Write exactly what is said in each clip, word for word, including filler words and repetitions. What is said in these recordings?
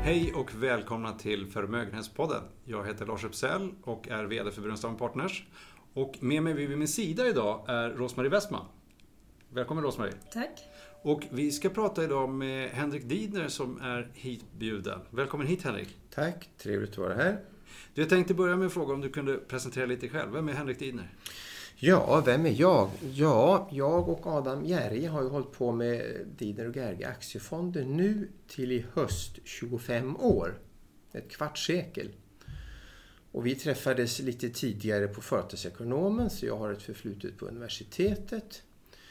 Hej och välkomna till Förmögenhetspodden. Jag heter Lars Uppsell och är vd för Brunnstam Partners. Och med mig vid min sida idag är Rosmarie Westman. Välkommen Rosmarie. Tack. Och vi ska prata idag med Henrik Didner som är hitbjuden. Välkommen hit Henrik. Tack, trevligt att vara här. Du, jag tänkte börja med en fråga om du kunde presentera lite själv. Vem är Henrik Didner? Ja, vem är jag? Ja, jag och Adam Järge har ju hållit på med Didner och Gerge aktiefonder nu till i höst tjugofem år. Ett kvartssekel. Och vi träffades lite tidigare på företagsekonomen, så jag har ett förflutet på universitetet.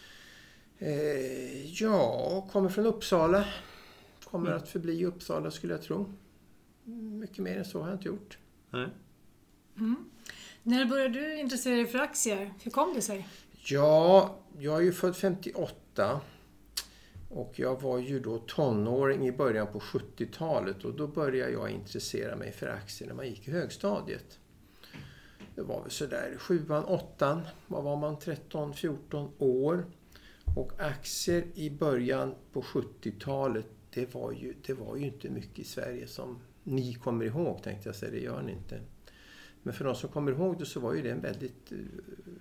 Eh, ja, kommer från Uppsala. Kommer mm. att förbli i Uppsala skulle jag tro. Mycket mer än så har jag inte gjort. Nej. Mm. När började du intressera dig för aktier? Hur kom det sig? Ja, jag är ju född femtioåtta och jag var ju då tonåring i början på sjuttiotalet och då började jag intressera mig för aktier när man gick i högstadiet. Det var väl sådär sjuan, åttan, vad var man, tretton, fjorton år. Och aktier i början på sjuttiotalet, det var ju, det var ju inte mycket i Sverige som ni kommer ihåg, tänkte jag säga, det gör ni inte. Men för de som kommer ihåg det så var ju det en väldigt uh,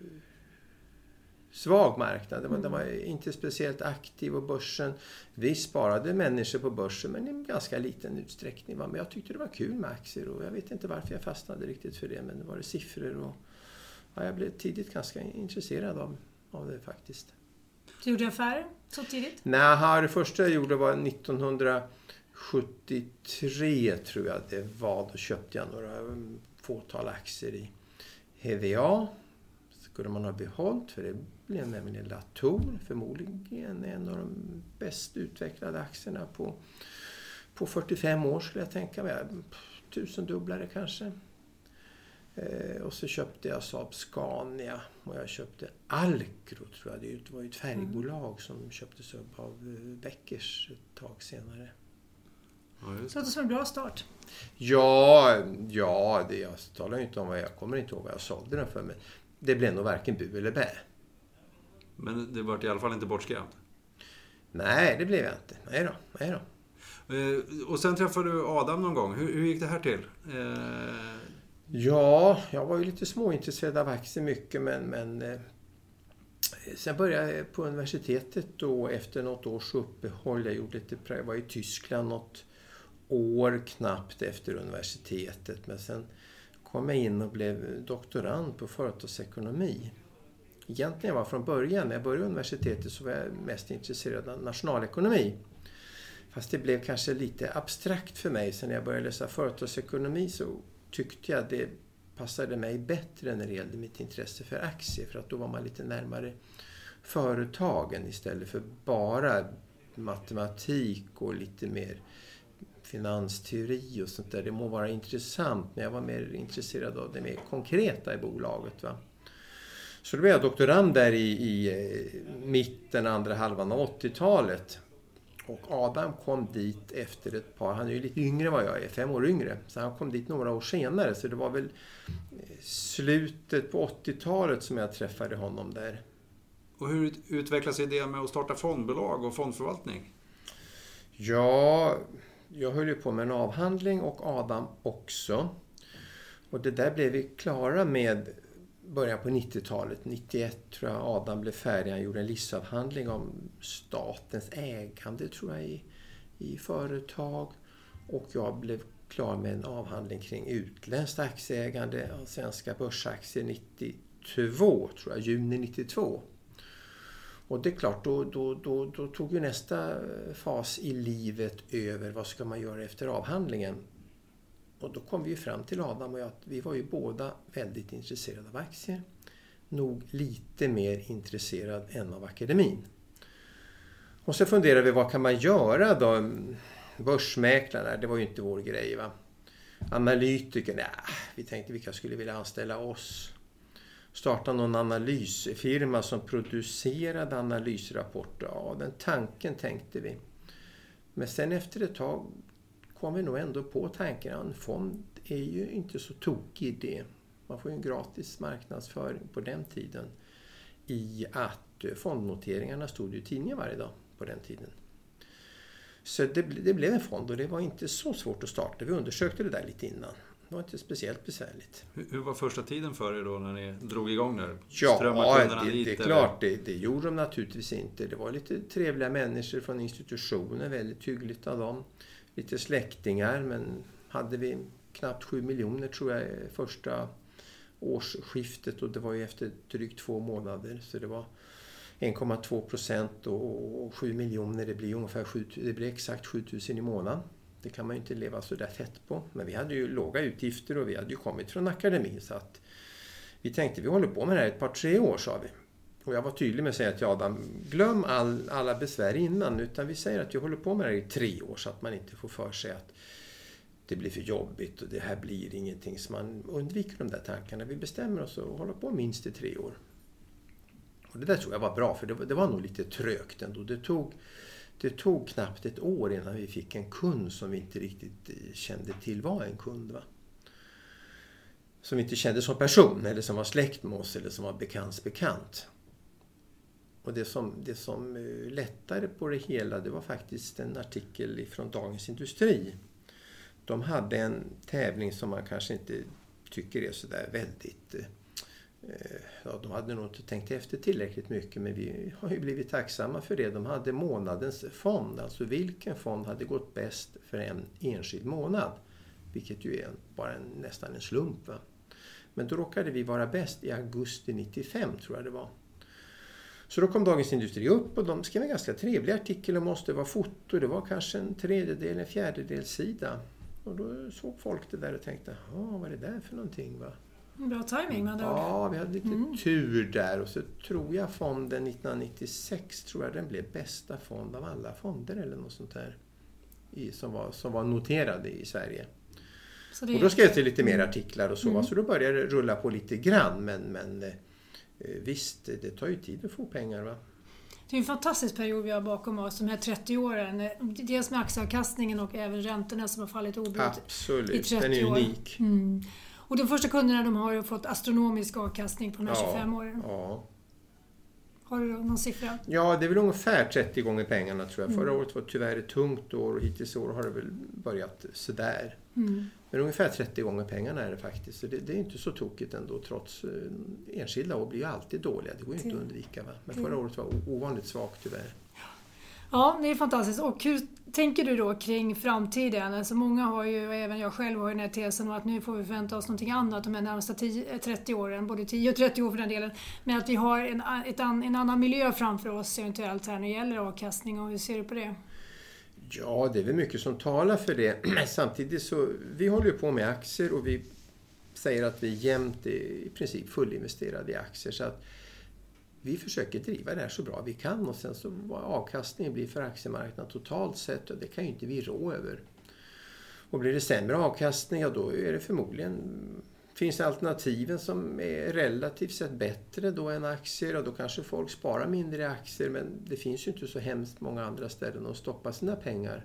svag marknad. Det var, mm. det var inte speciellt aktiv och börsen. Vi sparade människor på börsen men i en ganska liten utsträckning. Men jag tyckte det var kul med aktier och jag vet inte varför jag fastnade riktigt för det. Men det var det siffror och ja, jag blev tidigt ganska intresserad av, av det faktiskt. Du gjorde affärer så tidigt? Nej, det första jag gjorde var nittonhundrasjuttiotre tror jag det var. Då köpte jag några fåtal aktier i H V A. Skulle man ha behållit, för det blev nämligen Latour, förmodligen en av de bäst utvecklade aktierna på, på fyrtiofem år skulle jag tänka mig. Tusendubblare kanske. Eh, och så köpte jag Saab Scania och jag köpte Alcro tror jag. Det var ju ett färgbolag mm. som köptes upp av Beckers ett tag senare. Ja, så det var en bra start. Ja, ja det, jag talar inte om vad jag kommer inte ihåg vad jag sålde den för. Men det blev nog varken bu eller bä. Men det var i alla fall inte bortskrämt? Nej, det blev jag inte. Nej då, nej då. Eh, och sen träffade du Adam någon gång. Hur, hur gick det här till? Eh... Ja, jag var ju lite småintresserad av aktier mycket. Men, men eh, sen började jag på universitetet och efter något års uppehåll. Jag, gjorde lite, jag var i Tyskland något år knappt efter universitetet. Men sen kom jag in och blev doktorand på företagsekonomi. Egentligen var från början, när jag började universitetet så var jag mest intresserad av nationalekonomi. Fast det blev kanske lite abstrakt för mig. Så när jag började läsa företagsekonomi så tyckte jag det passade mig bättre när det gällde mitt intresse för aktier. För att då var man lite närmare företagen istället för bara matematik och lite mer finansteori och sånt där. Det må vara intressant men jag var mer intresserad av det mer konkreta i bolaget. Va? Så då blev jag doktorand där i, i mitten, andra halvan av åttiotalet. Och Adam kom dit efter ett par, han är ju lite yngre än vad jag är, fem år yngre. Så han kom dit några år senare, så det var väl slutet på åttiotalet som jag träffade honom där. Och hur utvecklas idén med att starta fondbolag och fondförvaltning? Ja, jag höll ju på med en avhandling och Adam också. Och det där blev vi klara med början på nittiotalet. nittioett tror jag Adam blev färdig. Han gjorde en livsavhandling om statens ägande tror jag i, i företag. Och jag blev klar med en avhandling kring utländskt aktieägande av svenska börsaktier nittiotvå tror jag, juni nittiotvå. Och det är klart, då, då, då, då tog ju nästa fas i livet över. Vad ska man göra efter avhandlingen? Och då kom vi ju fram till Adam och jag att vi var ju båda väldigt intresserade av aktier. Nog lite mer intresserad än av akademin. Och så funderade vi, vad kan man göra då? Börsmäklarna, det var ju inte vår grej va. Analytiker, nej, vi tänkte vilka skulle vilja anställa oss. Starta någon analysfirma som producerade analysrapporter. Ja, den tanken tänkte vi. Men sen efter ett tag kom vi nog ändå på tanken att en fond är ju inte så tokig idé. Man får ju en gratis marknadsföring på den tiden. I att fondnoteringarna stod ju i tidningen varje dag på den tiden. Så det, det blev en fond och det var inte så svårt att starta. Vi undersökte det där lite innan. Det var inte speciellt besvärligt. Hur, hur var första tiden för er då när ni drog igång där? Ja, det, det är klart. Det, det gjorde de naturligtvis inte. Det var lite trevliga människor från institutionen. Väldigt hyggligt av dem. Lite släktingar, men hade vi knappt sju miljoner tror jag första årsskiftet. Och det var ju efter drygt två månader. Så det var en komma två procent och sju miljoner. Det blir ungefär sju, det blir exakt sju tusen i månaden. Det kan man ju inte leva så där fett på. Men vi hade ju låga utgifter och vi hade ju kommit från akademin. Så att vi tänkte vi håller på med det här ett par tre år, sa vi. Och jag var tydlig med att säga till Adam, glöm all, alla besvär innan. Utan vi säger att vi håller på med det här i tre år så att man inte får för sig att det blir för jobbigt och det här blir ingenting. Så man undviker de där tankarna. Vi bestämmer oss och håller på minst i tre år. Och det där tror jag var bra, för det var, det var nog lite trögt ändå. Det tog... Det tog knappt ett år innan vi fick en kund som vi inte riktigt kände till var en kund. Va? Som vi inte kände som person eller som var släkt med oss eller som var bekants bekant. Och det som, det som lättade på det hela, det var faktiskt en artikel från Dagens Industri. De hade en tävling som man kanske inte tycker är så där väldigt... Ja, de hade nog inte tänkt efter tillräckligt mycket, men vi har ju blivit tacksamma för det. De hade månadens fond, alltså vilken fond hade gått bäst för en enskild månad. Vilket ju är bara en, nästan en slump. Va? Men då råkade vi vara bäst i augusti nittiofem tror jag det var. Så då kom Dagens Industri upp och de skrev en ganska trevlig artikel om oss. Det var foto, det var kanske en tredjedel, en fjärdedel sida. Och då såg folk det där och tänkte, ja vad är det där för någonting va? Bra timing med andra ord. Ja, vi hade lite mm. tur där. Och så tror jag fonden nittonhundranittiosex tror jag den blev bästa fond av alla fonder eller något sånt där. I, som, var, som var noterade i Sverige. Så det och då skrevs det lite mer artiklar och så. Mm. Så då började det rulla på lite grann. Men, men eh, visst, det tar ju tid att få pengar va. Det är en fantastisk period vi har bakom oss, de här trettio åren. Dels med aktieavkastningen och även räntorna som har fallit obrutet. Absolut, i trettio den är år. unik. Mm. Och de första kunderna de har ju fått astronomisk avkastning på de här ja, tjugofem åren. Ja. Har du någon siffra? Ja, det är väl ungefär trettio gånger pengarna tror jag. Mm. Förra året var tyvärr ett tungt år och hittills år har det väl börjat sådär. Mm. Men ungefär trettio gånger pengarna är det faktiskt. Så det, det är inte så tokigt ändå trots uh, enskilda år blir ju alltid dåliga. Det går ju inte att undvika va. Men förra året var ovanligt svagt tyvärr. Ja, det är fantastiskt. Och hur tänker du då kring framtiden? Alltså många har ju, och även jag själv har ju den här tesen om att nu får vi förvänta oss någonting annat de här närmsta tio, trettio åren, både tio och trettio år för den delen. Men att vi har en, ett, en annan miljö framför oss eventuellt här när det gäller avkastning. Och hur ser du på det? Ja, det är väl mycket som talar för det. Samtidigt så, vi håller ju på med aktier och vi säger att vi jämt är i princip fullinvesterade i aktier. Så att vi försöker driva det här så bra vi kan och sen så vad avkastningen blir för aktiemarknaden totalt sett och det kan ju inte vi rå över. Och blir det sämre avkastning, ja då är det förmodligen, finns alternativen som är relativt sett bättre då än aktier och då kanske folk sparar mindre i aktier men det finns ju inte så hemskt många andra ställen att stoppa sina pengar.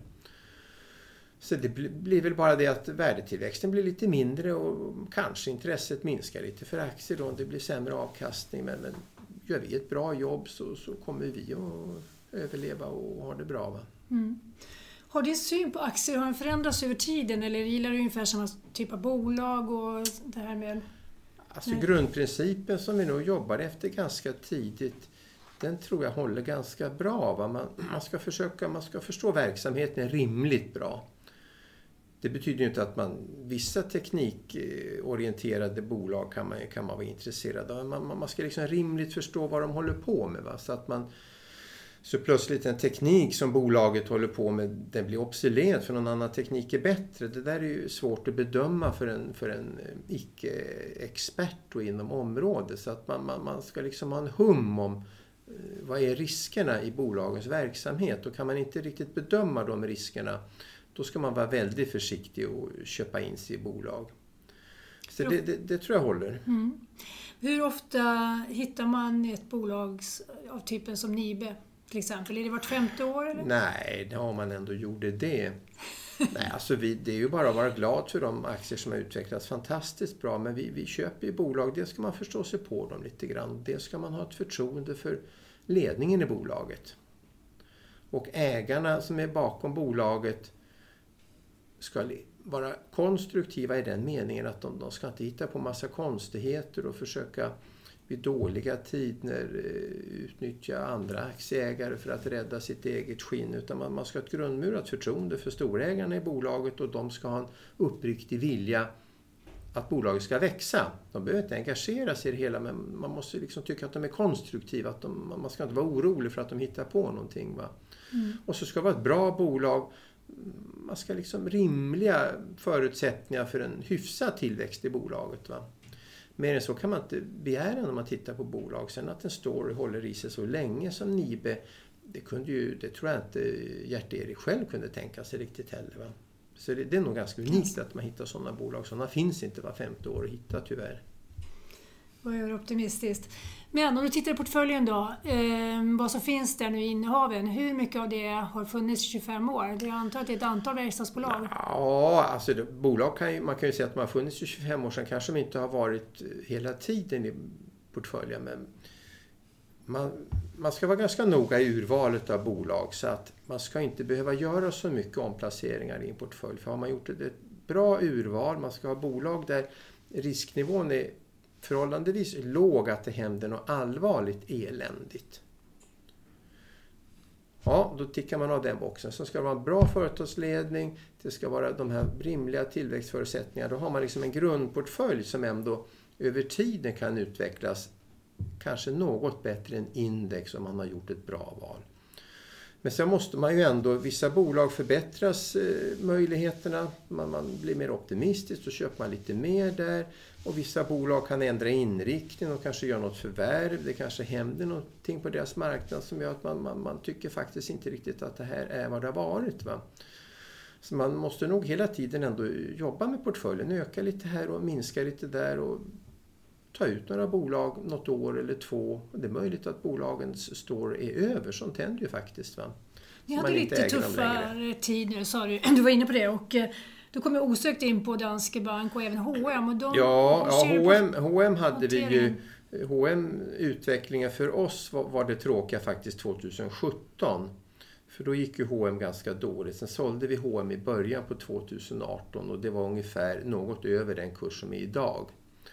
Så det blir väl bara det att värdetillväxten blir lite mindre och kanske intresset minskar lite för aktier då det blir sämre avkastning men, men gör vi ett bra jobb så, så kommer vi att överleva och ha det bra va. Mm. Har din syn på aktier har den förändrats över tiden eller gillar du ungefär samma typ av bolag och det här med... Alltså Nej. Grundprincipen som vi nog jobbar efter ganska tidigt den tror jag håller ganska bra va. Man, man ska försöka, man ska förstå verksamheten rimligt bra. Det betyder ju inte att man, vissa teknikorienterade bolag kan man, kan man vara intresserad av. Man, man ska liksom rimligt förstå vad de håller på med va. Så att man, så plötsligt en teknik som bolaget håller på med, den blir obsolet för någon annan teknik är bättre. Det där är ju svårt att bedöma för en, för en icke-expert och inom området. Så att man, man, man ska liksom ha en hum om vad är riskerna i bolagens verksamhet. Och kan man inte riktigt bedöma de riskerna då ska man vara väldigt försiktig och köpa in sig i bolag. Så det, det, det tror jag håller. Mm. Hur ofta hittar man ett bolag av typen som Nibe till exempel? Är det vart femte år? Eller? Nej, det har man ändå gjorde det. Nej, alltså vi, det är ju bara att vara glad för de aktier som har utvecklats fantastiskt bra. Men vi, vi köper ju bolag, det ska man förstå sig på dem lite grann. Det ska man ha ett förtroende för ledningen i bolaget. Och ägarna som är bakom bolaget ska vara konstruktiva i den meningen att de, de ska inte hitta på massa konstigheter och försöka vid dåliga tider utnyttja andra aktieägare för att rädda sitt eget skinn. Utan man, man ska ha ett grundmurat förtroende för storägarna i bolaget och de ska ha en uppriktig vilja att bolaget ska växa. De behöver inte engagera sig i det hela, men man måste liksom tycka att de är konstruktiva. Att de, man ska inte vara orolig för att de hittar på någonting. Va? Mm. Och så ska det vara ett bra bolag. Man ska liksom rimliga förutsättningar för en hyfsad tillväxt i bolaget. Va? Mer än så kan man inte begära när man tittar på bolag. Sen att en story håller i sig så länge som Nibe, det, kunde ju, det tror jag inte Gert-Erik själv kunde tänka sig riktigt heller. Va? Så det, det är nog ganska unikt att man hittar sådana bolag. Sådana finns inte var femte år att hitta tyvärr. Vad gör optimistiskt. Men om du tittar i portföljen då, eh, vad som finns där nu i innehaven, hur mycket av det har funnits i tjugofem år? Jag antar att det är ett antal verkstadsbolag. Ja, alltså det, bolag kan ju, man kan ju säga att man har funnits i tjugofem år, sedan kanske de inte har varit hela tiden i portföljen. Men man, man ska vara ganska noga i urvalet av bolag så att man ska inte behöva göra så mycket omplaceringar i en portfölj. För har man gjort ett, ett bra urval, man ska ha bolag där risknivån är förhållandevis låg att det händer något allvarligt eländigt. Ja, då tickar man av den boxen. Så ska det vara en bra företagsledning, det ska vara de här rimliga tillväxtförutsättningarna. Då har man liksom en grundportfölj som ändå över tiden kan utvecklas kanske något bättre än index om man har gjort ett bra val. Men sen måste man ju ändå, vissa bolag förbättras eh, möjligheterna, man, man blir mer optimistisk och köper man lite mer där. Och vissa bolag kan ändra inriktning och kanske göra något förvärv. Det kanske händer någonting på deras marknad som gör att man, man, man tycker faktiskt inte riktigt att det här är vad det har varit. Va? Så man måste nog hela tiden ändå jobba med portföljen, öka lite här och minska lite där och ta ut några bolag något år eller två. Det är möjligt att bolagens store är över, sånt händer ju faktiskt. Va? Ni hade lite tuffare tid nu, sa du. Du var inne på det och då kom jag osökt in på Danske Bank och även H och M. Och de, ja, ja H och M, H och M hade vi ju. H och M-utvecklingen för oss var, var det tråkiga faktiskt tjugohundrasjutton. För då gick ju H och M ganska dåligt. Sen sålde vi H och M i början på tjugoarton och det var ungefär något över den kurs som är idag.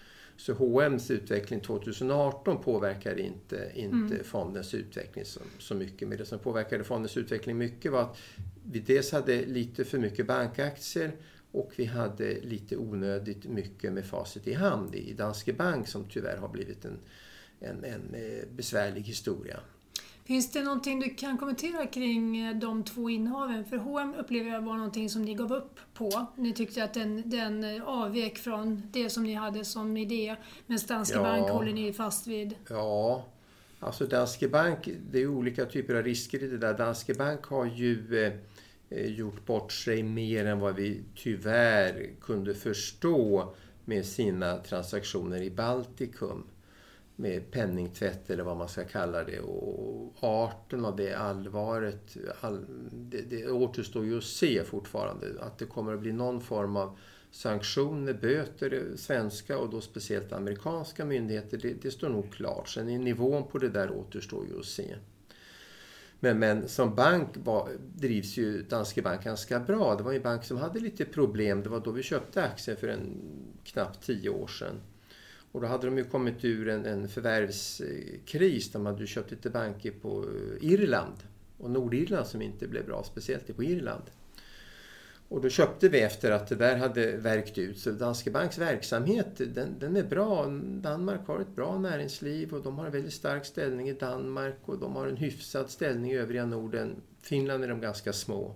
Så H och M:s utveckling tjugoarton påverkar inte, inte mm. fondens utveckling så, så mycket. Men det som påverkade fondens utveckling mycket var att vi dels hade lite för mycket bankaktier och vi hade lite onödigt mycket med facit i hand i Danske Bank som tyvärr har blivit en, en, en besvärlig historia. Finns det någonting du kan kommentera kring de två innehaven? För H och M upplever jag var någonting som ni gav upp på. Ni tyckte att den, den avvek från det som ni hade som idé. Men Danske ja. Bank håller ni fast vid. Ja, alltså Danske Bank, det är ju olika typer av risker i det där. Danske Bank har ju eh, gjort bort sig mer än vad vi tyvärr kunde förstå med sina transaktioner i Baltikum. Med penningtvätt eller vad man ska kalla det, och arten av det allvaret, all, det, det återstår ju att se fortfarande att det kommer att bli någon form av sanktioner, böter, svenska och då speciellt amerikanska myndigheter, det, det står nog klart. Sen i nivån på det där återstår ju att se. Men, men som bank var, drivs ju Danske Bank ganska bra. Det var en bank som hade lite problem, det var då vi köpte aktier för en knappt tio år sedan. Och då hade de ju kommit ur en, en förvärvskris. De hade ju köpt lite banker på Irland och Nordirland som inte blev bra, speciellt på Irland. Och då köpte vi efter att det där hade verkt ut. Så Danske Banks verksamhet, den, den är bra. Danmark har ett bra näringsliv och de har en väldigt stark ställning i Danmark och de har en hyfsad ställning i övriga Norden. Finland är de ganska små.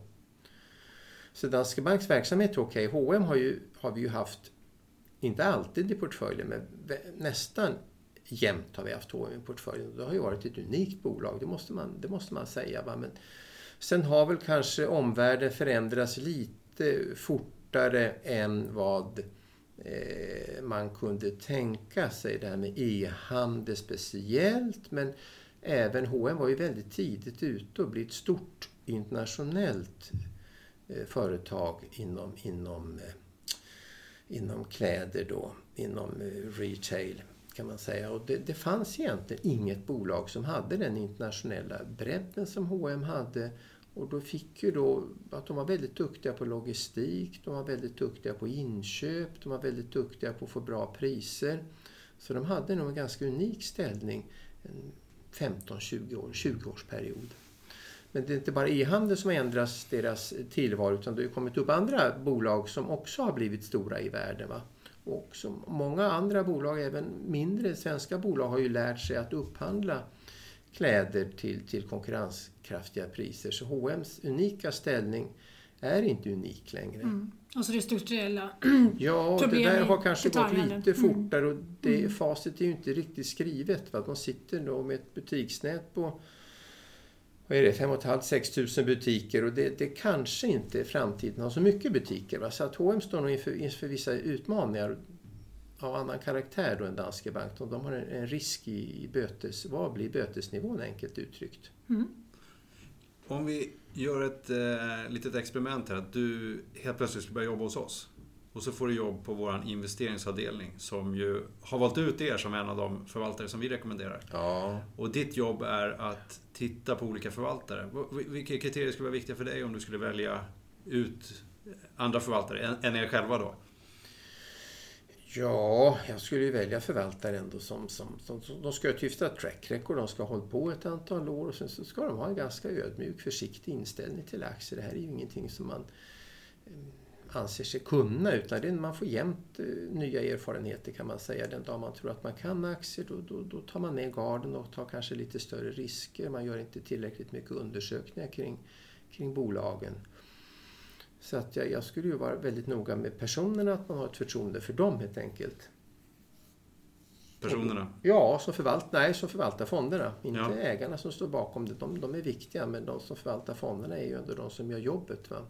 Så Danske Banks verksamhet är okej. H och M har, ju, har vi ju haft, inte alltid i portföljen, men nästan jämt har vi haft H och M i portföljen. Det har ju varit ett unikt bolag, det måste man, det måste man säga. Va? Men sen har väl kanske omvärlden förändrats lite fortare än vad eh, man kunde tänka sig. Det här med e-handel speciellt, men även H och M var ju väldigt tidigt ute och blev ett stort internationellt eh, företag inom, inom, eh, inom kläder då, inom eh, retail. kan man säga. Och det, det fanns egentligen inget bolag som hade den internationella bredden som H och M hade. Och då fick ju då att de var väldigt duktiga på logistik, de var väldigt duktiga på inköp, de var väldigt duktiga på att få bra priser. Så de hade nog en ganska unik ställning en femton tjugo år, tjugo årsperiod. Men det är inte bara e-handel som ändras deras tillvaro, utan det har kommit upp andra bolag som också har blivit stora i världen. Va? Och som många andra bolag, även mindre svenska bolag, har ju lärt sig att upphandla kläder till, till konkurrenskraftiga priser. Så H och M:s unika ställning är inte unik längre. Mm. Och så det strukturella ja, problem det där har kanske gått lite mm. fortare och det, mm. facit är ju inte riktigt skrivet. Va? De sitter då med ett butiksnät på vad är det, fem och ett sex tusen butiker och det, det kanske inte i framtiden har så mycket butiker. Va? Så att H och M står nog inför, inför vissa utmaningar av annan karaktär då än Danske Bank. De har en, en risk i, i bötes, vad blir bötesnivån enkelt uttryckt. Mm. Om vi gör ett eh, litet experiment här, att du helt plötsligt ska börja jobba hos oss. Och så får du jobb på vår investeringsavdelning som ju har valt ut er som en av de förvaltare som vi rekommenderar. Ja. Och ditt jobb är att titta på olika förvaltare. Vilka kriterier skulle vara viktiga för dig om du skulle välja ut andra förvaltare än er själva då? Ja, jag skulle ju välja förvaltare ändå som, som, som, som de ska ha ett hyfsat track record, de ska ha hållit på ett antal år och sen så ska de ha en ganska ödmjuk, försiktig inställning till aktier. Det här är ju ingenting som man eh, anser sig kunna, utan det är, man får jämt eh, nya erfarenheter kan man säga. Den dag man tror att man kan aktier, då, då, då tar man ner garden och tar kanske lite större risker. Man gör inte tillräckligt mycket undersökningar kring, kring bolagen. Så att jag, jag skulle ju vara väldigt noga med personerna, att man har ett förtroende för dem helt enkelt. Personerna? Och, ja, som, förvalt, nej, som förvaltar fonderna. Inte ja. ägarna som står bakom det. De, de är viktiga, men de som förvaltar fonderna är ju ändå de som gör jobbet. Va?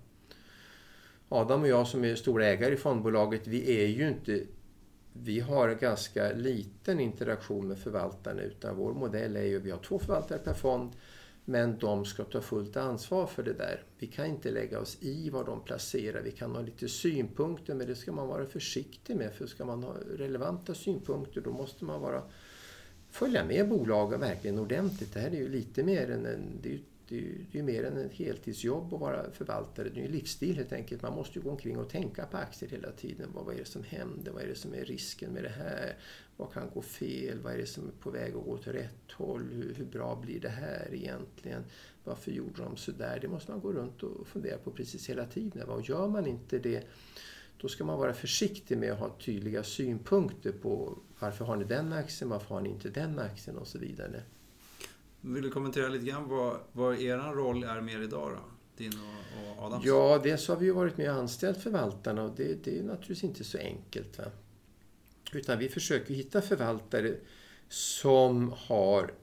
Adam och jag som är stora ägare i fondbolaget, vi är ju inte... Vi har en ganska liten interaktion med förvaltarna, utan vår modell är ju att vi har två förvaltare per fond. Men de ska ta fullt ansvar för det där. Vi kan inte lägga oss i vad de placerar. Vi kan ha lite synpunkter, men det ska man vara försiktig med. För ska man ha relevanta synpunkter, då måste man vara, följa med bolagen verkligen ordentligt. Det här är ju lite mer än en, det är ju, det är ju, det är mer än ett heltidsjobb att vara förvaltare. Det är ju livsstil helt enkelt. Man måste ju gå omkring och tänka på aktier hela tiden. Vad, vad är det som händer? Vad är det som är risken med det här? Vad kan gå fel? Vad är det som är på väg att gå till rätt håll? Hur, hur bra blir det här egentligen? Varför gjorde de så där? Det måste man gå runt och fundera på precis hela tiden. Och gör man inte det, då ska man vara försiktig med att ha tydliga synpunkter på varför har ni den aktien, varför har ni inte den aktien och så vidare. Vill du kommentera lite grann vad, vad er roll är mer idag då? Din och, och Adams? Ja, dels har vi ju varit med och anställt förvaltarna och det, det är naturligtvis inte så enkelt. Va? Utan vi försöker hitta förvaltare som har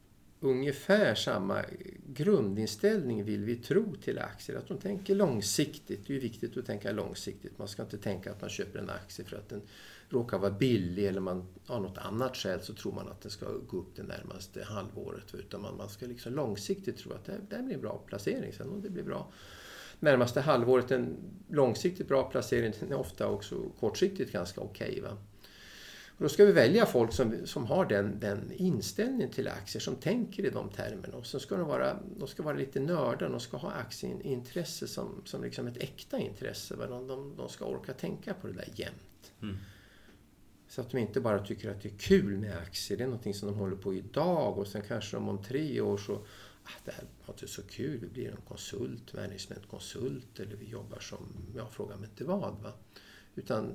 ungefär samma grundinställning, vill vi tro, till aktier. Att de tänker långsiktigt. Det är ju viktigt att tänka långsiktigt. Man ska inte tänka att man köper en aktie för att den råkar vara billig eller man har något annat skäl så tror man att den ska gå upp det närmaste halvåret. Utan man, man ska liksom långsiktigt tro att det, det blir en bra placering. Sen om det blir bra närmaste halvåret, en långsiktigt bra placering, den är ofta också kortsiktigt ganska okej, okay, va. Och då ska vi välja folk som, som har den, den inställningen till aktier, som tänker i de termerna. Och så ska de vara, de ska vara lite nördar, de ska ha aktieintresse som, som liksom ett äkta intresse. De, de, de ska orka tänka på det där jämt. Mm. Så att de inte bara tycker att det är kul med aktier. Det är någonting som de håller på idag och sen kanske de om tre år så ah, det här var inte så kul, vi blir en konsult, managementkonsult eller vi jobbar som, jag frågar mig inte vad, va. Utan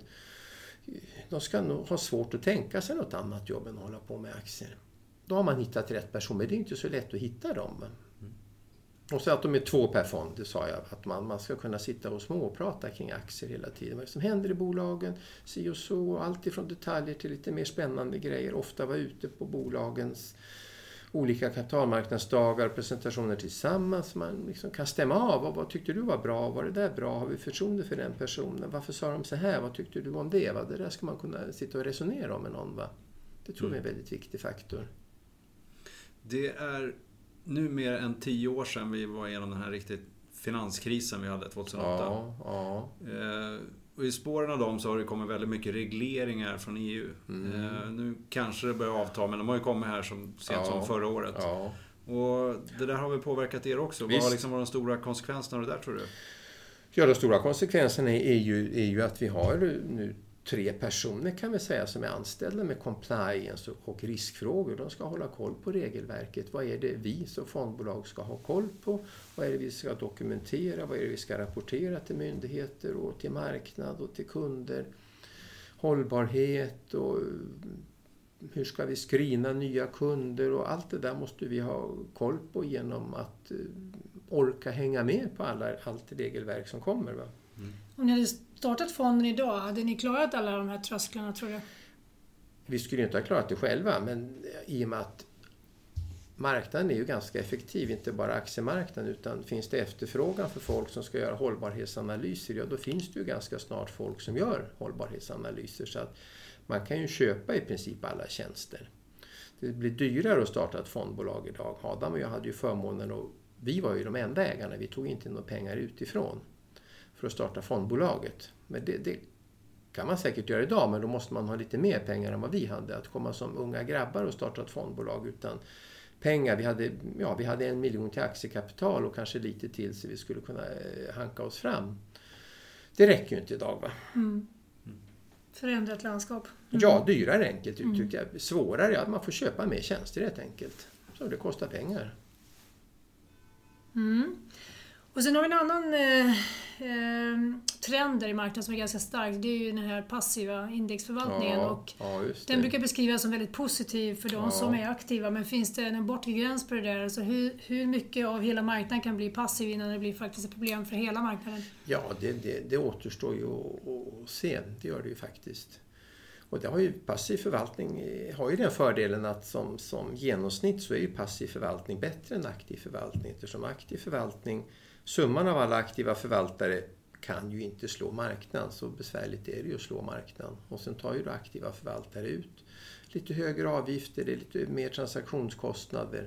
de ska nog ha svårt att tänka sig något annat jobb än att hålla på med aktier. Då har man hittat rätt person, men det är inte så lätt att hitta dem. Mm. Och så att de är två per fond, det sa jag, att man, man ska kunna sitta och småprata kring aktier hela tiden. Vad som händer i bolagen, si och så, allt ifrån detaljer till lite mer spännande grejer. Ofta vara ute på bolagens olika kapitalmarknadsdagar, presentationer tillsammans. Man liksom kan stämma av. Vad, vad tyckte du var bra? Var det där bra? Har vi förtroende för den personen? Varför sa de så här? Vad tyckte du om det? Va? Det där ska man kunna sitta och resonera om med någon. Va? Det tror jag är en väldigt viktig faktor. Det är nu mer än tio år sedan vi var igenom den här riktigt finanskrisen vi hade tjugohundraåtta. Ja, ja. Eh, Och i spåren av dem så har det kommit väldigt mycket regleringar från E U. Mm. Eh, nu kanske det börjar avta, men de har ju kommit här som, sent ja. som förra året. Ja. Och det där har väl påverkat er också. Visst. Vad har liksom varit de stora konsekvenserna av det där, tror du? Ja, de stora konsekvenserna är ju, är ju att vi har nu tre personer kan vi säga som är anställda med compliance och riskfrågor. De ska hålla koll på regelverket. Vad är det vi som fondbolag ska ha koll på? Vad är det vi ska dokumentera? Vad är det vi ska rapportera till myndigheter och till marknad och till kunder? Hållbarhet och hur ska vi screena nya kunder? Och allt det där måste vi ha koll på genom att orka hänga med på alla, allt regelverk som kommer. Va? Mm. Om ni hade startat fonden idag, hade ni klarat alla de här trösklarna, tror du? Vi skulle inte ha klarat det själva, men i och med att marknaden är ju ganska effektiv, inte bara aktiemarknaden, utan finns det efterfrågan för folk som ska göra hållbarhetsanalyser, ja då finns det ju ganska snart folk som gör hållbarhetsanalyser, så att man kan ju köpa i princip alla tjänster. Det blir dyrare att starta ett fondbolag idag. Adam och jag hade ju förmånen, och vi var ju de enda ägarna, vi tog inte några pengar utifrån för att starta fondbolaget. Men det, det kan man säkert göra idag, men då måste man ha lite mer pengar än vad vi hade. Att komma som unga grabbar och starta ett fondbolag utan pengar. Vi hade, ja, vi hade en miljon till aktiekapital och kanske lite till så vi skulle kunna hanka oss fram. Det räcker ju inte idag, va? Mm. Förändrat landskap. Mm. Ja, dyrare enkelt uttryckt. Mm. Svårare, ja, man får köpa mer tjänster helt enkelt. Så det kostar pengar. Mm. Och sen har vi en annan eh, eh, trend i marknaden som är ganska stark. Det är ju den här passiva indexförvaltningen. Ja, och ja, just det. Den brukar beskrivas som väldigt positiv för de ja. som är aktiva. Men finns det en bortre gräns på det där? Alltså hur, hur mycket av hela marknaden kan bli passiv innan det blir faktiskt ett problem för hela marknaden? Ja, det, det, det återstår ju att, att se. Det gör det ju faktiskt. Och det har ju passiv förvaltning har ju den fördelen att som, som genomsnitt så är ju passiv förvaltning bättre än aktiv förvaltning. Eftersom aktiv förvaltning, summan av alla aktiva förvaltare kan ju inte slå marknaden. Så besvärligt är det ju att slå marknaden. Och sen tar ju då aktiva förvaltare ut lite högre avgifter, det är lite mer transaktionskostnader.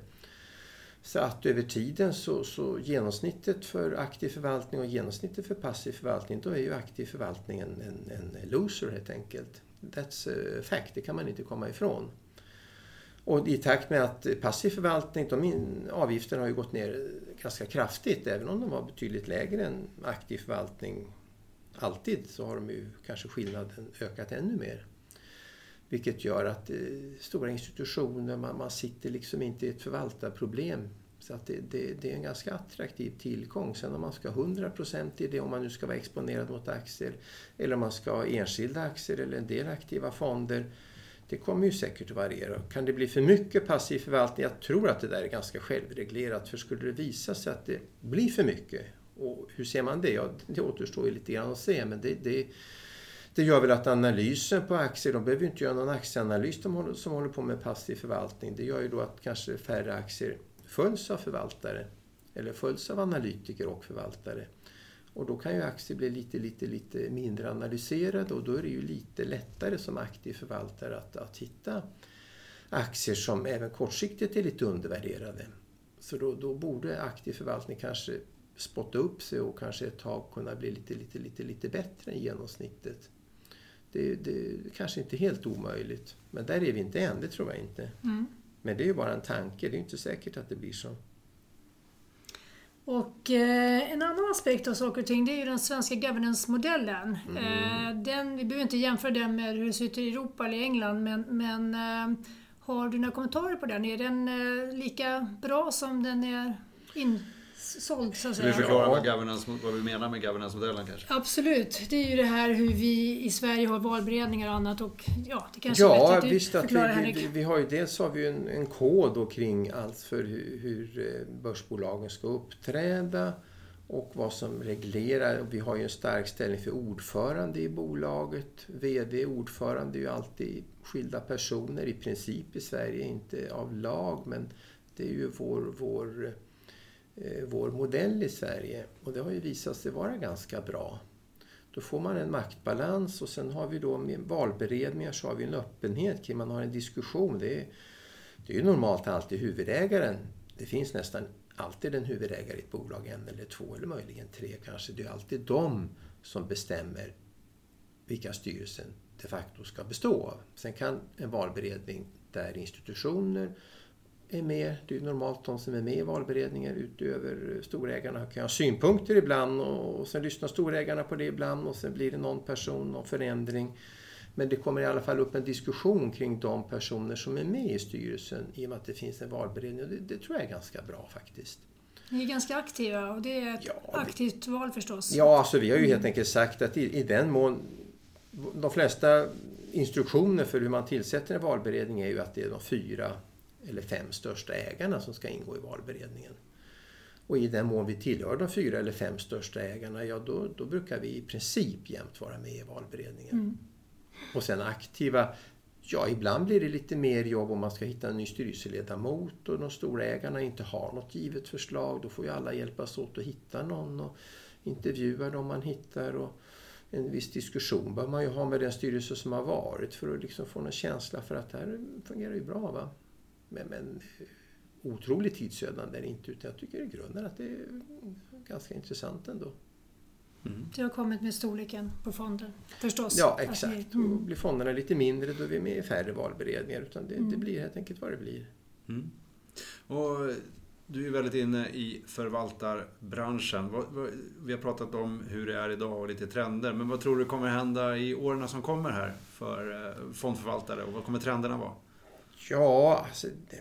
Så att över tiden så, så genomsnittet för aktiv förvaltning och genomsnittet för passiv förvaltning, då är ju aktiv förvaltning en, en, en loser helt enkelt. That's a fact, det kan man inte komma ifrån. Och i takt med att passiv förvaltning, de avgifterna har ju gått ner ganska kraftigt, även om de var betydligt lägre än aktiv förvaltning alltid, så har de ju kanske skillnaden ökat ännu mer. Vilket gör att eh, stora institutioner, man, man sitter liksom inte i ett förvaltarproblem. Så att det, det, det är en ganska attraktiv tillgång. Sen om man ska ha hundra procent i det, om man nu ska vara exponerad mot aktier, eller om man ska ha enskilda aktier eller en del aktiva fonder, det kommer ju säkert att variera. Kan det bli för mycket passiv förvaltning? Jag tror att det där är ganska självreglerat, för skulle det visa sig att det blir för mycket, och hur ser man det? Ja, det återstår ju lite grann att se, men det, det Det gör väl att analysen på aktier, de behöver ju inte göra någon aktieanalys de håller, som håller på med passiv förvaltning. Det gör ju då att kanske färre aktier följs av förvaltare eller följs av analytiker och förvaltare. Och då kan ju aktier bli lite, lite, lite mindre analyserade, och då är det ju lite lättare som aktiv förvaltare att, att hitta aktier som även kortsiktigt är lite undervärderade. Så då, då borde aktiv förvaltning kanske spotta upp sig och kanske ett tag kunna bli lite, lite, lite, lite bättre än genomsnittet. Det, det är kanske inte helt omöjligt. Men där är vi inte än, det tror jag inte. Mm. Men det är ju bara en tanke, det är inte säkert att det blir så. Och eh, en annan aspekt av saker och ting, det är ju den svenska governance-modellen. Mm. Eh, den, vi behöver inte jämföra den med hur det ser ut i Europa eller England, men, men eh, har du några kommentarer på den? Är den eh, lika bra som den är in? Såld, så att säga. Ska vi förklara vad, governance, vad vi menar med governance-modellen kanske? Absolut, det är ju det här hur vi i Sverige har valberedningar och annat, och ja, det kanske ja, är bättre visst att vi, vi, vi har ju dels har vi en, en kod då kring allt för hur, hur börsbolagen ska uppträda och vad som reglerar. Vi har ju en stark ställning för ordförande i bolaget. Vd, ordförande är ju alltid skilda personer i princip i Sverige, inte av lag, men det är ju vår, vår vår modell i Sverige, och det har ju visat sig vara ganska bra. Då får man en maktbalans, och sen har vi då med valberedningar så har vi en öppenhet kring man har en diskussion. Det är, det är ju normalt alltid huvudägaren. Det finns nästan alltid en huvudägare i ett bolag, en eller två eller möjligen tre kanske. Det är alltid de som bestämmer vilka styrelsen de facto ska bestå av. Sen kan en valberedning där institutioner är med, det är normalt de som är med i valberedningar utöver storägarna kan ha synpunkter ibland och sen lyssnar storägarna på det ibland och sen blir det någon person och förändring. Men det kommer i alla fall upp en diskussion kring de personer som är med i styrelsen i och med att det finns en valberedning och det, det tror jag är ganska bra faktiskt. Ni är ganska aktiva och det är ett ja, aktivt val förstås. Ja, alltså vi har ju helt enkelt sagt att i, i den mån de flesta instruktioner för hur man tillsätter en valberedning är ju att det är de fyra eller fem största ägarna som ska ingå i valberedningen. Och i den mån vi tillhör de fyra eller fem största ägarna, ja då, då brukar vi i princip jämt vara med i valberedningen. Mm. Och sen aktiva, ja ibland blir det lite mer jobb om man ska hitta en ny styrelseledamot och de stora ägarna inte har något givet förslag. Då får ju alla hjälpas åt att hitta någon och intervjua dem man hittar och en viss diskussion bör man ju ha med den styrelse som har varit för att liksom få en känsla för att det här fungerar ju bra va. Men, men otroligt tidsödande är det inte utan jag tycker i grunden att det är ganska intressant ändå. Mm. Det har kommit med storleken på fonden förstås. Ja exakt. Mm. Och blir fonderna lite mindre då är vi med i färre valberedningar utan det, mm. det blir helt enkelt vad det blir. Mm. Och du är väldigt inne i förvaltarbranschen. Vi har pratat om hur det är idag och lite trender. Men vad tror du kommer hända i åren som kommer här för fondförvaltare? Och vad kommer trenderna vara? Ja, alltså, det,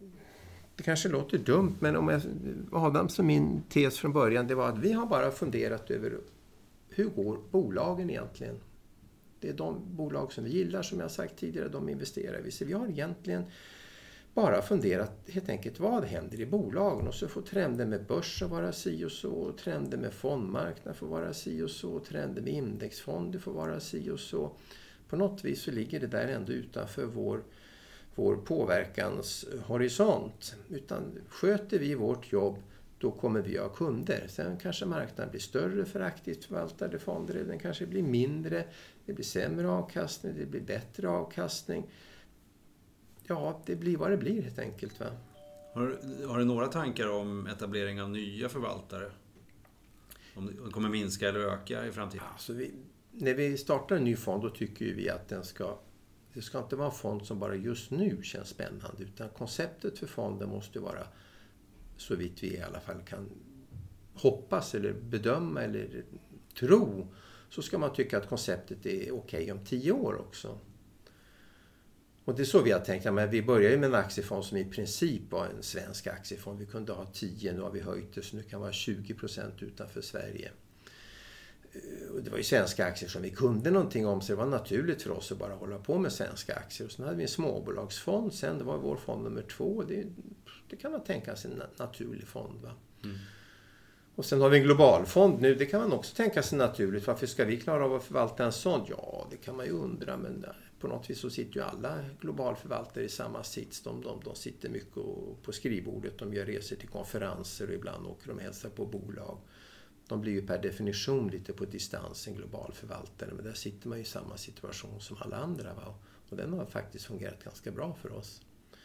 det kanske låter dumt. Men om jag, Adams och min tes från början det var att vi har bara funderat över hur går bolagen egentligen? Det är de bolag som vi gillar som jag sagt tidigare, de investerar vi. Så vi har egentligen bara funderat helt enkelt vad händer i bolagen och så får trenden med börsen vara si och så, trenden med fondmarknad får vara si och så, trenden med indexfonder får vara si och så. På något vis så ligger det där ändå utanför vår, vår påverkanshorisont. Utan sköter vi vårt jobb då kommer vi ha kunder. Sen kanske marknaden blir större för aktivt förvaltade fonder, den kanske blir mindre, det blir sämre avkastning, det blir bättre avkastning. Ja, det blir vad det blir helt enkelt va. Har, har du några tankar om etablering av nya förvaltare? Om det kommer minska eller öka i framtiden? Alltså vi, när vi startar en ny fond då tycker vi att den ska, det ska inte vara en fond som bara just nu känns spännande utan konceptet för fonden måste vara så vitt vi i alla fall kan hoppas eller bedöma eller tro så ska man tycka att konceptet är okej om tio år också. Och det är så vi har tänkt, men vi började med en aktiefond som i princip var en svensk aktiefond. Vi kunde ha tio, nu har vi höjt det så nu kan vara tjugo procent utanför Sverige. Och det var ju svenska aktier som vi kunde någonting om så det var naturligt för oss att bara hålla på med svenska aktier. Och sen hade vi en småbolagsfond sen, det var vår fond nummer två. Det, det kan man tänka sig en naturlig fond va. Mm. Och sen har vi en globalfond nu, det kan man också tänka sig naturligt. Varför ska vi klara av att förvalta en sån? Ja, det kan man ju undra men på något vis så sitter ju alla globalförvaltare i samma sits. De, de, de sitter mycket på skrivbordet, de gör resor till konferenser och ibland åker de hälsar på bolag. De blir ju per definition lite på distans en globalförvaltare men där sitter man ju i samma situation som alla andra va? Och den har faktiskt fungerat ganska bra för oss.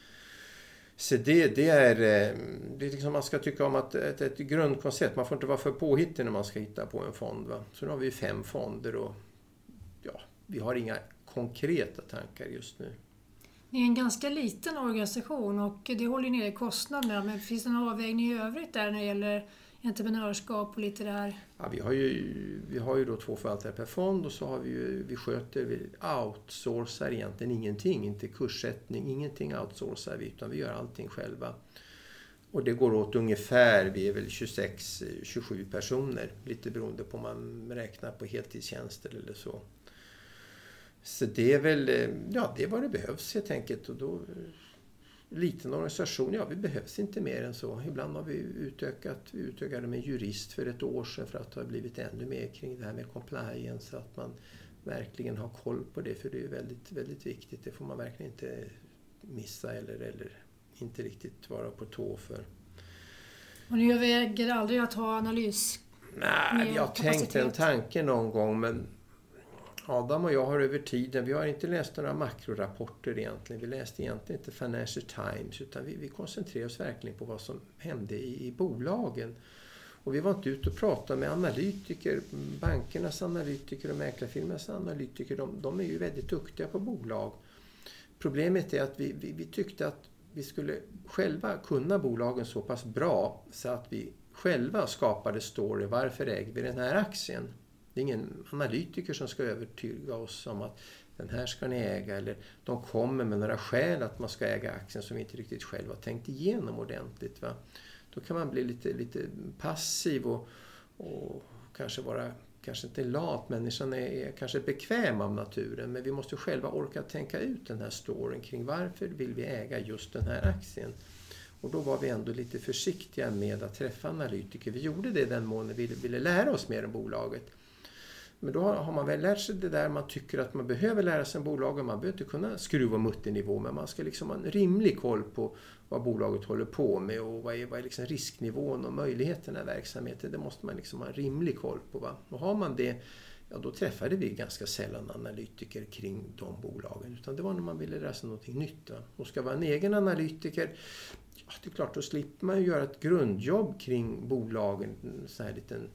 Så det, det är, det är liksom man ska tycka om att ett, ett grundkoncept, man får inte vara för påhittig när man ska hitta på en fond va. Så nu har vi fem fonder och ja, vi har inga konkreta tankar just nu. Ni är en ganska liten organisation och det håller nere kostnaderna men finns det någon avvägning i övrigt där när det gäller entreprenörskap och lite där? Ja, vi har ju, vi har ju då två förvaltare per fond och så har vi ju, vi sköter, vi outsourcar egentligen ingenting, inte kurssättning, ingenting outsourcar vi utan vi gör allting själva. Och det går åt ungefär, vi är väl tjugosex till tjugosju personer, lite beroende på om man räknar på heltidstjänster eller så. Så det är väl, ja det är vad det behövs helt enkelt och då liten organisation, ja vi behövs inte mer än så. Ibland har vi utökat, vi utökade med jurist för ett år sedan för att det har blivit ännu mer kring det här med compliance så att man verkligen har koll på det för det är väldigt, väldigt viktigt. Det får man verkligen inte missa eller, eller inte riktigt vara på tå för. Och ni överväger aldrig att ha analys? Nej, jag har tänkt en tanke någon gång men Adam och jag har över tiden, vi har inte läst några makrorapporter egentligen. Vi läste egentligen inte Financial Times utan vi, vi koncentrerar oss verkligen på vad som hände i, i bolagen. Och vi var inte ute och pratade med analytiker, bankernas analytiker och mäklarfirmornas analytiker. De, de är ju väldigt duktiga på bolag. Problemet är att vi, vi, vi tyckte att vi skulle själva kunna bolagen så pass bra så att vi själva skapade story. Varför äger vi den här aktien? Det är ingen analytiker som ska övertyga oss om att den här ska ni äga. Eller de kommer med några skäl att man ska äga aktien som vi inte riktigt själva har tänkt igenom ordentligt. Va? Då kan man bli lite, lite passiv och, och kanske vara, kanske inte lat. Människan är, är kanske bekväm av naturen. Men vi måste själva orka tänka ut den här storyn kring varför vill vi äga just den här aktien. Och då var vi ändå lite försiktiga med att träffa analytiker. Vi gjorde det den månaden vi ville, ville lära oss mer om bolaget. Men då har man väl lärt sig det där man tycker att man behöver lära sig om bolaget. Man behöver inte kunna skruva mutternivå, men man ska liksom ha en rimlig koll på vad bolaget håller på med och vad är, vad är liksom risknivån och möjligheterna i verksamheten. Det måste man liksom ha en rimlig koll på. Va? Och har man det, ja, då träffade vi ganska sällan analytiker kring de bolagen. Utan det var när man ville lära sig någonting nytt. Va? Och ska vara en egen analytiker, ja, det är klart, då slipper man ju göra ett grundjobb kring bolagen. Så här liten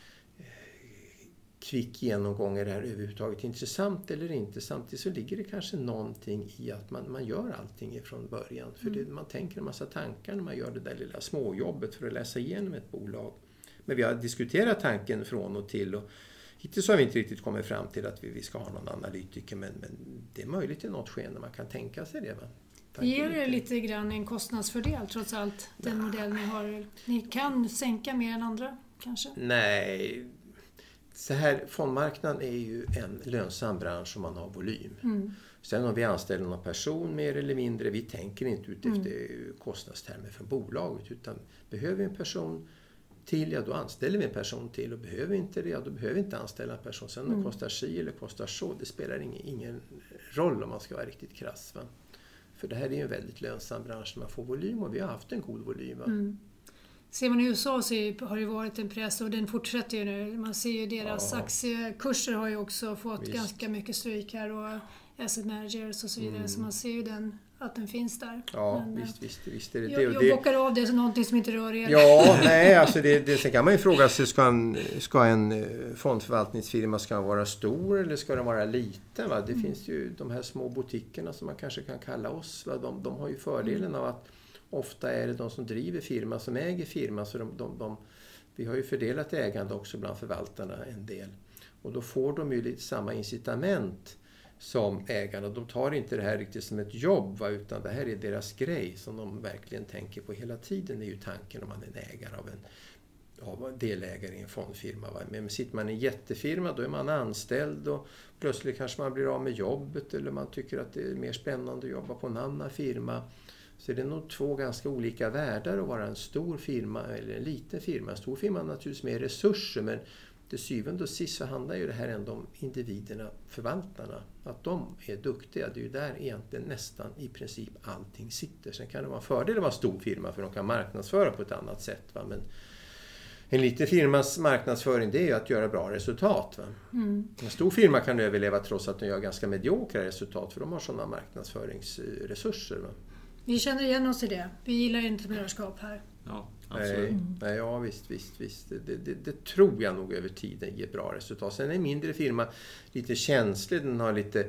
kvick genomgång, är det här överhuvudtaget intressant eller inte. Samtidigt så ligger det kanske någonting i att man, man gör allting ifrån början. För det, man tänker en massa tankar när man gör det där lilla småjobbet för att läsa igenom ett bolag. Men vi har diskuterat tanken från och till och hittills har vi inte riktigt kommit fram till att vi, vi ska ha någon analytiker. Men, men det är möjligt i något skede man kan tänka sig det. Va? Ger det lite grann en kostnadsfördel trots allt, den ja. modell ni har? Ni kan sänka mer än andra kanske? Nej, så här, fondmarknaden är ju en lönsam bransch om man har volym. Mm. Sen om vi anställer någon person mer eller mindre, vi tänker inte ut efter mm. kostnadstermer för bolaget, utan behöver vi en person till, ja då anställer vi en person till, och behöver vi inte det, ja då behöver vi inte anställa en person. Sen om mm. det kostar si eller kostar så, det spelar ingen, ingen roll om man ska vara riktigt krass. Va? För det här är ju en väldigt lönsam bransch när man får volym, och vi har haft en god volym. Va? Mm. Ser man i U S A så har det varit en press, och den fortsätter ju nu. Man ser ju deras ja. aktiekurser har ju också fått Visst. ganska mycket stryk här, och asset managers och så vidare. Mm. Så man ser ju den, att den finns där. Ja, Men, visst, visst, visst är det jag, det. Jag bockar av det som någonting som inte rör er. Ja, nej, alltså det, det, sen kan man ju fråga sig, ska en, ska en fondförvaltningsfirma ska vara stor eller ska den vara liten? Va? Det mm. finns ju de här små butikerna som man kanske kan kalla oss. Va? De, de har ju fördelen mm. av att ofta är det de som driver firma som äger firma, så de, de, de, vi har ju fördelat ägande också bland förvaltarna en del. Och då får de ju lite samma incitament som ägarna. De tar inte det här riktigt som ett jobb, va, utan det här är deras grej som de verkligen tänker på hela tiden. Det är ju tanken om man är en ägare av en av delägare i en fondfirma. Va? Men sitter man i en jättefirma, då är man anställd och plötsligt kanske man blir av med jobbet, eller man tycker att det är mer spännande att jobba på en annan firma. Så det är nog två ganska olika världar att vara en stor firma eller en liten firma. En stor firma har naturligtvis mer resurser, men till syvende och sist så handlar ju det här ändå om individerna, förvaltarna. Att de är duktiga, det är ju där egentligen nästan i princip allting sitter. Sen kan det vara en fördel att vara en stor firma för de kan marknadsföra på ett annat sätt. Va? Men en liten firmas marknadsföring, det är ju att göra bra resultat. Va? Mm. En stor firma kan överleva trots att de gör ganska mediokra resultat, för de har sådana marknadsföringsresurser. Va? Vi känner igen oss i det. Vi gillar entreprenörskap här. Ja, absolut. Nej, nej, ja, visst, visst, visst. Det, det, det tror jag nog över tiden ger bra resultat. Sen är en mindre firma lite känslig. Den har lite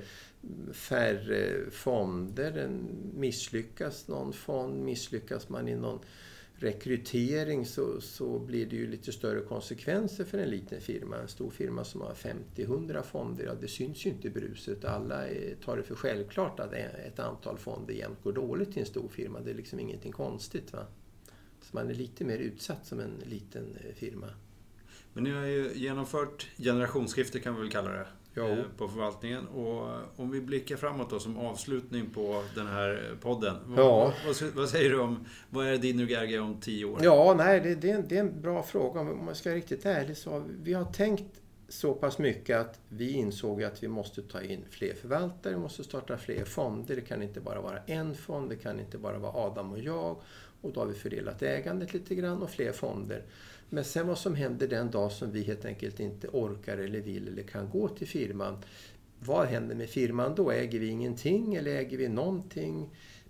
färre fonder. Den misslyckas någon fond. Misslyckas man i någon rekrytering så, så blir det ju lite större konsekvenser för en liten firma. En stor firma som har femtio till hundra fonder, ja, det syns ju inte i bruset. Alla tar det för självklart att ett antal fonder jämt går dåligt i en stor firma. Det är liksom ingenting konstigt, va? Så man är lite mer utsatt som en liten firma. Men ni har ju genomfört generationsskifte, kan vi väl kalla det, jo. på förvaltningen. Och om vi blickar framåt då som avslutning på den här podden. Ja. Vad, vad, vad säger du om, vad är din G R G om tio år? Ja, nej, det, det, är en, det är en bra fråga. Om man ska vara riktigt ärlig så vi har tänkt så pass mycket att vi insåg att vi måste ta in fler förvaltare, vi måste starta fler fonder. Det kan inte bara vara en fond, det kan inte bara vara Adam och jag. Och då har vi fördelat ägandet lite grann och fler fonder. Men sen vad som händer den dag som vi helt enkelt inte orkar eller vill eller kan gå till firman. Vad händer med firman då? Äger vi ingenting eller äger vi någonting?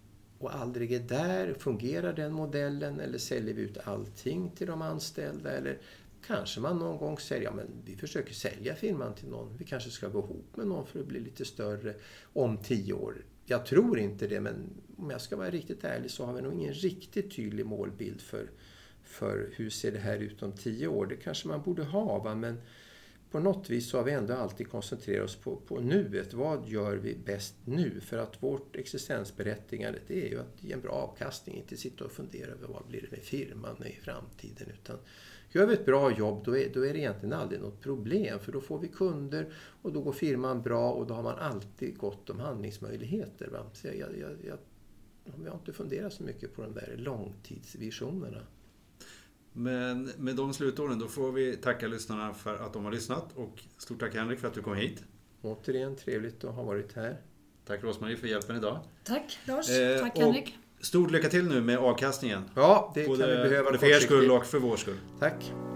och aldrig är där. Fungerar den modellen eller säljer vi ut allting till de anställda? Eller kanske man någon gång säger, ja men vi försöker sälja firman till någon. Vi kanske ska gå ihop med någon för att bli lite större om tio år. Jag tror inte det, men om jag ska vara riktigt ärlig så har vi nog ingen riktigt tydlig målbild för, för hur ser det här ut om tio år. Det kanske man borde ha, va? Men på något vis så har vi ändå alltid koncentrerat oss på, på nuet. Vad gör vi bäst nu? För att vårt existensberättigande, det är ju att ge en bra avkastning, inte sitta och fundera över vad blir det med firman i framtiden. Utan gör vi ett bra jobb, då är, då är det egentligen aldrig något problem. För då får vi kunder och då går firman bra och då har man alltid gott om handlingsmöjligheter. Va? Så jag, jag, jag, jag har inte funderat så mycket på de där långtidsvisionerna. Men med de slutorden då får vi tacka lyssnarna för att de har lyssnat. Och stort tack Henrik för att du kom hit. Återigen trevligt att ha varit här. Tack Rosmarie för hjälpen idag. Tack Lars, Eh, tack Henrik. Stort lycka till nu med avkastningen. Ja, det både, kan vi behöva. Både för er skull och för vår skull. Tack.